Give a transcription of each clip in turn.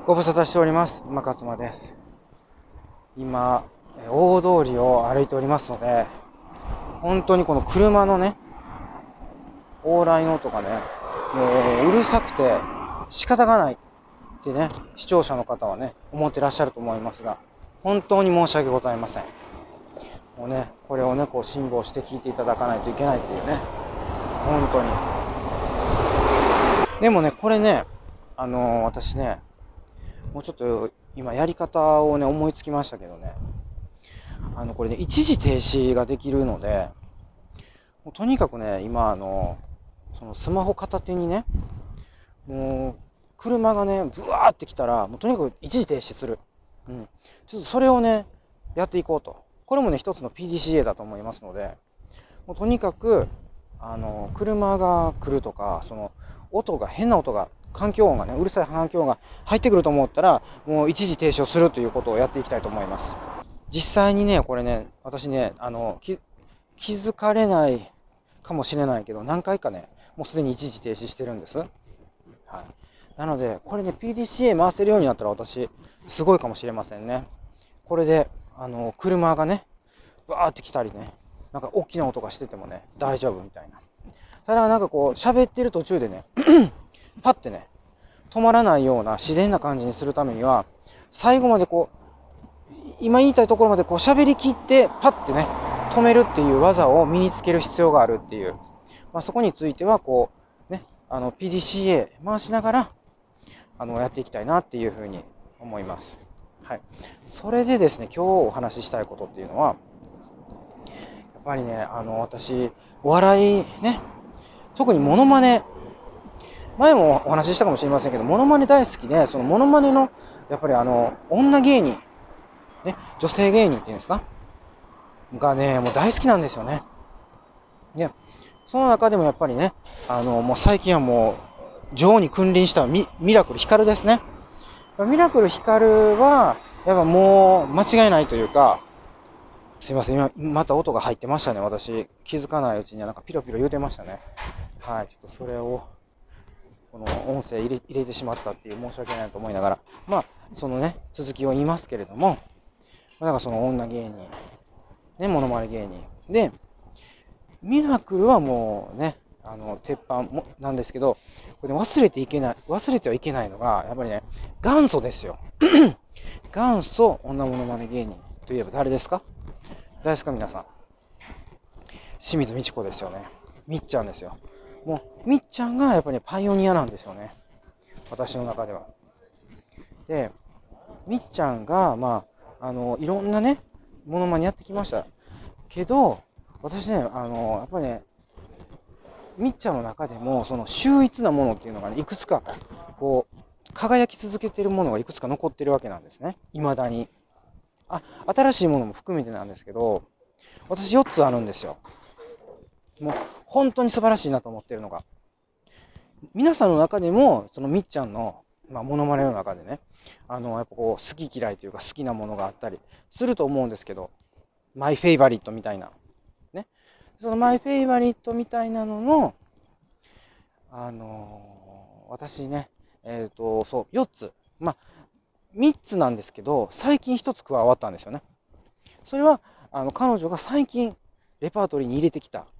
ご無沙汰しております。馬勝間です。今、大通りを歩いておりますので、本当にこの車のね、往来の音がね、もううるさくて仕方がないってね、視聴者の方はね、思ってらっしゃると思いますが、本当に申し訳ございません。もうね、これをね、こう辛抱して聞いていただかないといけないというね、本当に。でもね、これね、私ね、もうちょっと今やり方をね、思いつきましたけどね、これね、一時停止ができるので、もうとにかくね、今、そのスマホ片手にね、もう、車がね、ブワーって来たら、もうとにかく一時停止する。うん。ちょっとそれをね、やっていこうと。これもね、一つの PDCA だと思いますので、もうとにかく、車が来るとか、変な音が、環境音がね、うるさい環境音が入ってくると思ったら、もう一時停止をするということをやっていきたいと思います。実際にね、これね、私ね、気づかれないかもしれないけど、何回かね、もうすでに一時停止してるんです。はい。なので、これね、PDCA 回せるようになったら私、すごいかもしれませんね。これで、車がね、バーって来たりね、なんか大きな音がしててもね、大丈夫みたいな。ただ、なんかこう、喋ってる途中でね、パッてね、止まらないような自然な感じにするためには、最後までこう、今言いたいところまでこう喋り切って、パッてね、止めるっていう技を身につける必要があるっていう。そこについては、こう、ね、PDCA 回しながら、やっていきたいなっていうふうに思います。はい。それでですね、今日お話ししたいことっていうのは、やっぱりね、私、お笑いね、特にモノマネ、前もお話ししたかもしれませんけど、モノマネ大好きで、そのモノマネの、やっぱり女芸人、ね、女性芸人っていうんですかがね、もう大好きなんですよね。で、その中でもやっぱりね、もう最近はもう、女王に君臨したミラクルヒカルですね。ミラクルヒカルは、やっぱもう間違いないというか、すいません、今、また音が入ってましたね。私、気づかないうちになんかピロピロ言うてましたね。はい、ちょっとそれを、この音声入れてしまったっていう申し訳ないと思いながら、そのね、続きを言いますけれども、だからその女芸人、ね、モノマネ芸人。で、ミラクルはもうね、鉄板もなんですけど、これ、ね、忘れてはいけないのが、やっぱりね、元祖ですよ。元祖女モノマネ芸人といえば誰ですか？誰ですか皆さん。清水美智子ですよね。みっちゃんですよ。もう、みっちゃんがやっぱり、ね、パイオニアなんですよね。私の中では。で、みっちゃんが、いろんなね、モノマネやってきました。けど、私ね、やっぱりね、みっちゃんの中でも、その秀逸なものっていうのがね、いくつか、こう、輝き続けているものがいくつか残ってるわけなんですね。未だに。新しいものも含めてなんですけど、私4つあるんですよ。もう、本当に素晴らしいなと思ってるのが。皆さんの中でも、そのみっちゃんの、モノマネの中でね、やっぱこう、好き嫌いというか好きなものがあったりすると思うんですけど、マイフェイバリットみたいな。ね。そのマイフェイバリットみたいなのの、私ね、そう、4つ。3つなんですけど、最近1つ加わったんですよね。それは、彼女が最近、レパートリーに入れてきた、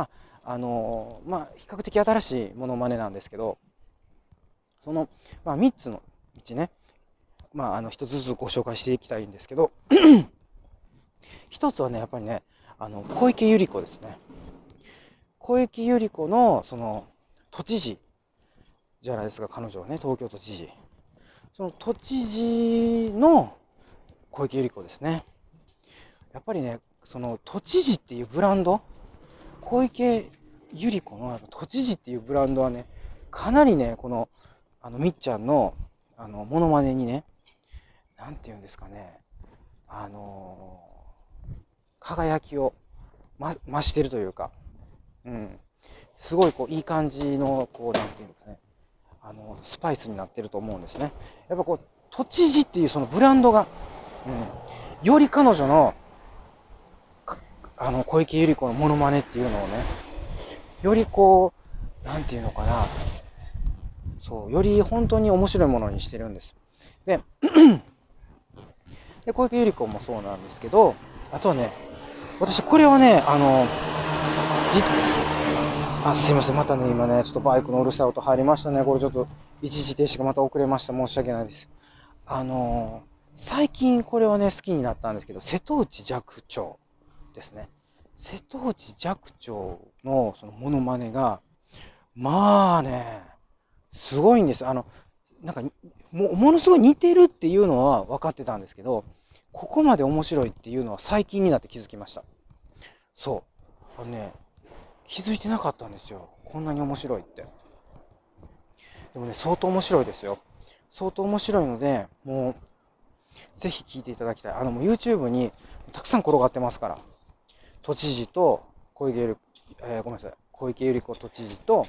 比較的新しいモノマネなんですけど、その、3つのうちね、1つずつご紹介していきたいんですけど、1つはね、やっぱりね、小池百合子ですね。小池百合子の、都知事じゃないですか、彼女はね、東京都知事。その都知事の小池百合子ですね。やっぱりね、その都知事っていうブランド、小池百合子の都知事っていうブランドはね、かなりね、みっちゃんの、モノマネにね、なんていうんですかね、輝きを、増してるというか、うん、すごいこういい感じの、なんていうんですかね、スパイスになってると思うんですね。やっぱこう、都知事っていうそのブランドが、より彼女の、小池百合子のモノマネっていうのをね、よりこう、なんていうのかな、そう、より本当に面白いものにしてるんです。 で、で小池百合子もそうなんですけど、あとはね、私これはね、実すいません、またね、今ね、ちょっとバイクのうるさい音入りましたね。これちょっと一時停止がまた遅れました。申し訳ないです。あの最近これはね、好きになったんですけど、瀬戸内寂聴ですね。瀬戸内寂聴のそのモノマネが、まあね、すごいんです。なんかものすごい似てるっていうのは分かってたんですけど、ここまで面白いっていうのは最近になって気づきました。そう。気づいてなかったんですよ。こんなに面白いって。でもね、相当面白いですよ。相当面白いので、もう、ぜひ聞いていただきたい。もう YouTube にたくさん転がってますから。都知事と小池百合、ごめんなさい。小池百合子都知事と、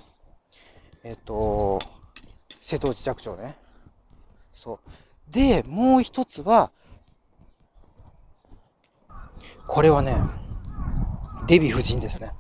瀬戸内寂聴ね。そう。で、もう一つは、これはね、デヴィ夫人ですね。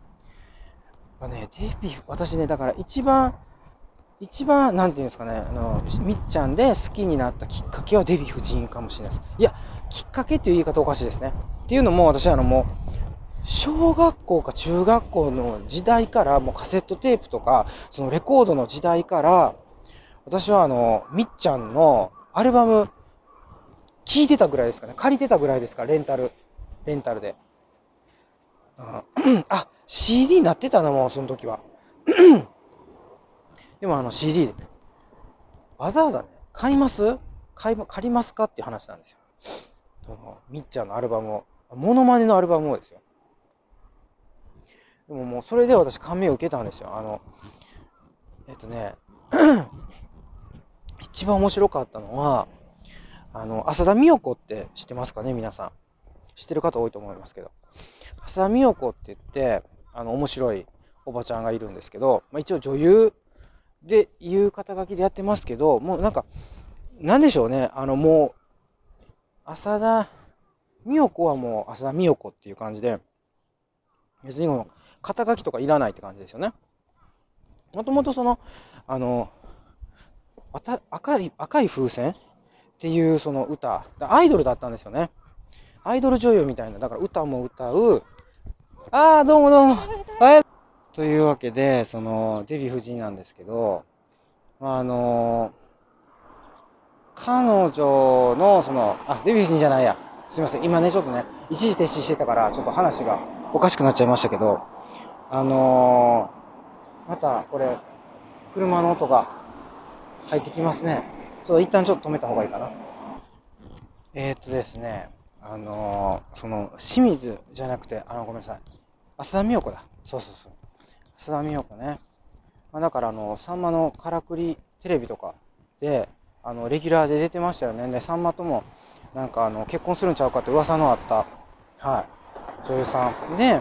私ね、だから一番、なんていうんですかね、みっちゃんで好きになったきっかけはデヴィ夫人かもしれないです。いや、きっかけっていう言い方おかしいですね。っていうのも、私はもう、小学校か中学校の時代から、もうカセットテープとか、そのレコードの時代から、私はみっちゃんのアルバム、聴いてたぐらいですかね。借りてたぐらいですか、レンタルで。CD になってたな、もう、その時は。でもCD で、わざわざね、借りますかっていう話なんですよ。みっちゃんのアルバムを、モノマネのアルバムをですよ。でももうそれで私感銘を受けたんですよ。えっとね、一番面白かったのは、浅田美代子って知ってますかね、皆さん。知ってる方多いと思いますけど。浅田美代子って言って、面白いおばちゃんがいるんですけど、一応女優でいう肩書きでやってますけど、もうなんか、なんでしょうね、もう、浅田美代子はもう浅田美代子っていう感じで、別にもう肩書きとかいらないって感じですよね。もともとあの、赤い風船っていうその歌、アイドルだったんですよね。アイドル女優みたいな、だから歌も歌う。どうもどうも。というわけで、デヴィ夫人なんですけど、まあ、彼女の、デヴィ夫人じゃないや。すみません。今ね、ちょっとね、一時停止してたから、ちょっと話がおかしくなっちゃいましたけど、また、これ、車の音が入ってきますね。一旦ちょっと止めた方がいいかな。ですね、清水じゃなくて、ごめんなさい。浅田美代子だ。そうそうそう。浅田美代子ね。だから、さんまのからくりテレビとかで、レギュラーで出てましたよね。で、さんまとも、なんか、結婚するんちゃうかって噂のあった、はい、女優さん。で、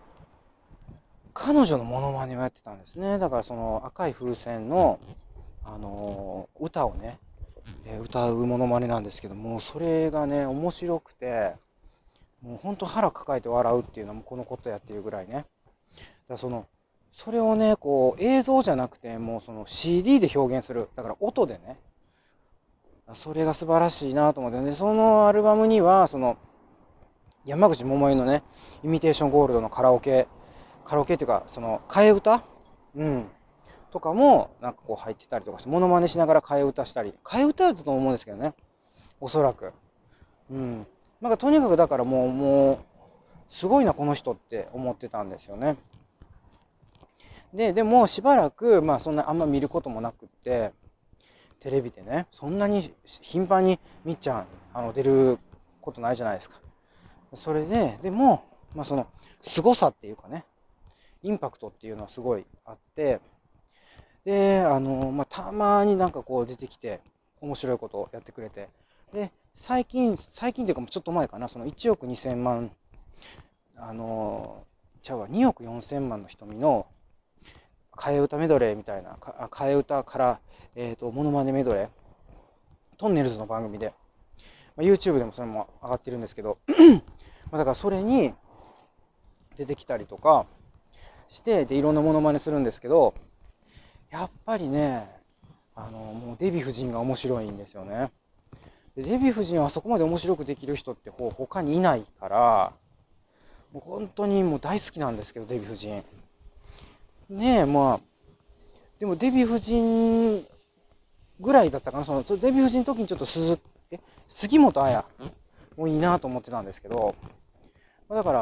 彼女のモノマネをやってたんですね。だから、その赤い風船の、歌をね、歌うモノマネなんですけども、それがね、面白くて、もう本当腹抱えて笑うっていうのもこのことやっていうぐらいね。だからそれをね、こう映像じゃなくて、もうその CD で表現する。だから音でね、それが素晴らしいなと思って。で、そのアルバムには、山口百恵のね、イミテーションゴールドのカラオケっていうか、替え歌うん。とかも、なんかこう入ってたりとかして、モノマネしながら替え歌したり。替え歌だと思うんですけどね。おそらく。うん。なんかとにかくだからもう、すごいな、この人って思ってたんですよね。でもしばらく、そんなあんま見ることもなくって、テレビでね、そんなに頻繁にみっちゃん、出ることないじゃないですか。それで、でも、凄さっていうかね、インパクトっていうのはすごいあって、で、たまになんかこう出てきて、面白いことをやってくれて、で、最近というかちょっと前かな、その1億2000万、2億4000万の瞳の替え歌メドレーみたいな、替え歌から、モノマネメドレー、トンネルズの番組で、YouTube でもそれも上がってるんですけど、だからそれに出てきたりとかして、で、いろんなモノマネするんですけど、やっぱりね、 もうデヴィ夫人が面白いんですよね。でデヴィ夫人はそこまで面白くできる人って他にいないから、もう本当にもう大好きなんですけど、デヴィ夫人。ねえ、まあ、でもデヴィ夫人ぐらいだったかな、そのデヴィ夫人の時にちょっと杉本彩もいいなと思ってたんですけど、だから、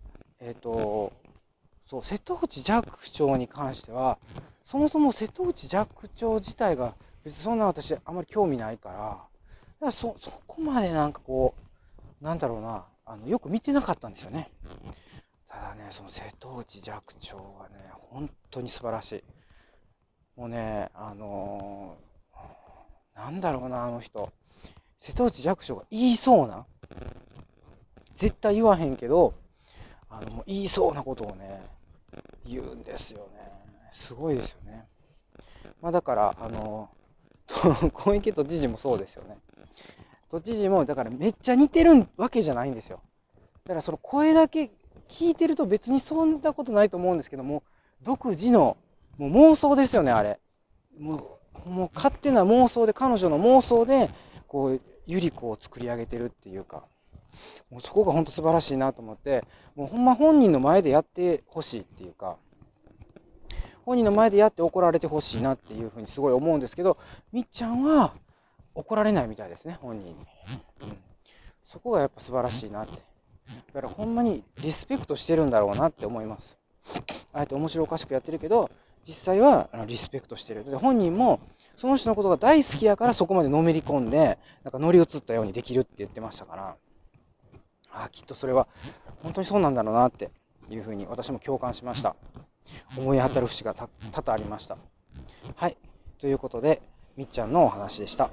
そう、瀬戸内寂聴に関しては、そもそも瀬戸内寂聴自体が、別にそんな私、あまり興味ないから、そこまでなんかなんだろうな、よく見てなかったんですよね。ただね、その瀬戸内寂聴はね、本当に素晴らしい。もうね、なんだろうな、あの人。瀬戸内寂聴が言いそうな、絶対言わへんけど、もう言いそうなことをね、言うんですよね。すごいですよね。まあだから、小池都知事もそうですよね。都知事も、だからめっちゃ似てるわけじゃないんですよ。だからその声だけ聞いてると別にそんなことないと思うんですけども、独自のもう妄想ですよね、あれ。もう勝手な妄想で、彼女の妄想で、ゆり子を作り上げてるっていうか、もうそこが本当素晴らしいなと思って、もうほんま本人の前でやってほしいっていうか、本人の前でやって怒られてほしいなっていうふうにすごい思うんですけど、みっちゃんは怒られないみたいですね、本人に。うん、そこがやっぱ素晴らしいなって。だからほんまにリスペクトしてるんだろうなって思います。あえて面白おかしくやってるけど、実際はリスペクトしてる。で本人もその人のことが大好きやからそこまでのめり込んで、なんか乗り移ったようにできるって言ってましたから、きっとそれは本当にそうなんだろうなっていうふうに私も共感しました。思い当たる節が多々ありました。はい。ということで、みっちゃんのお話でした。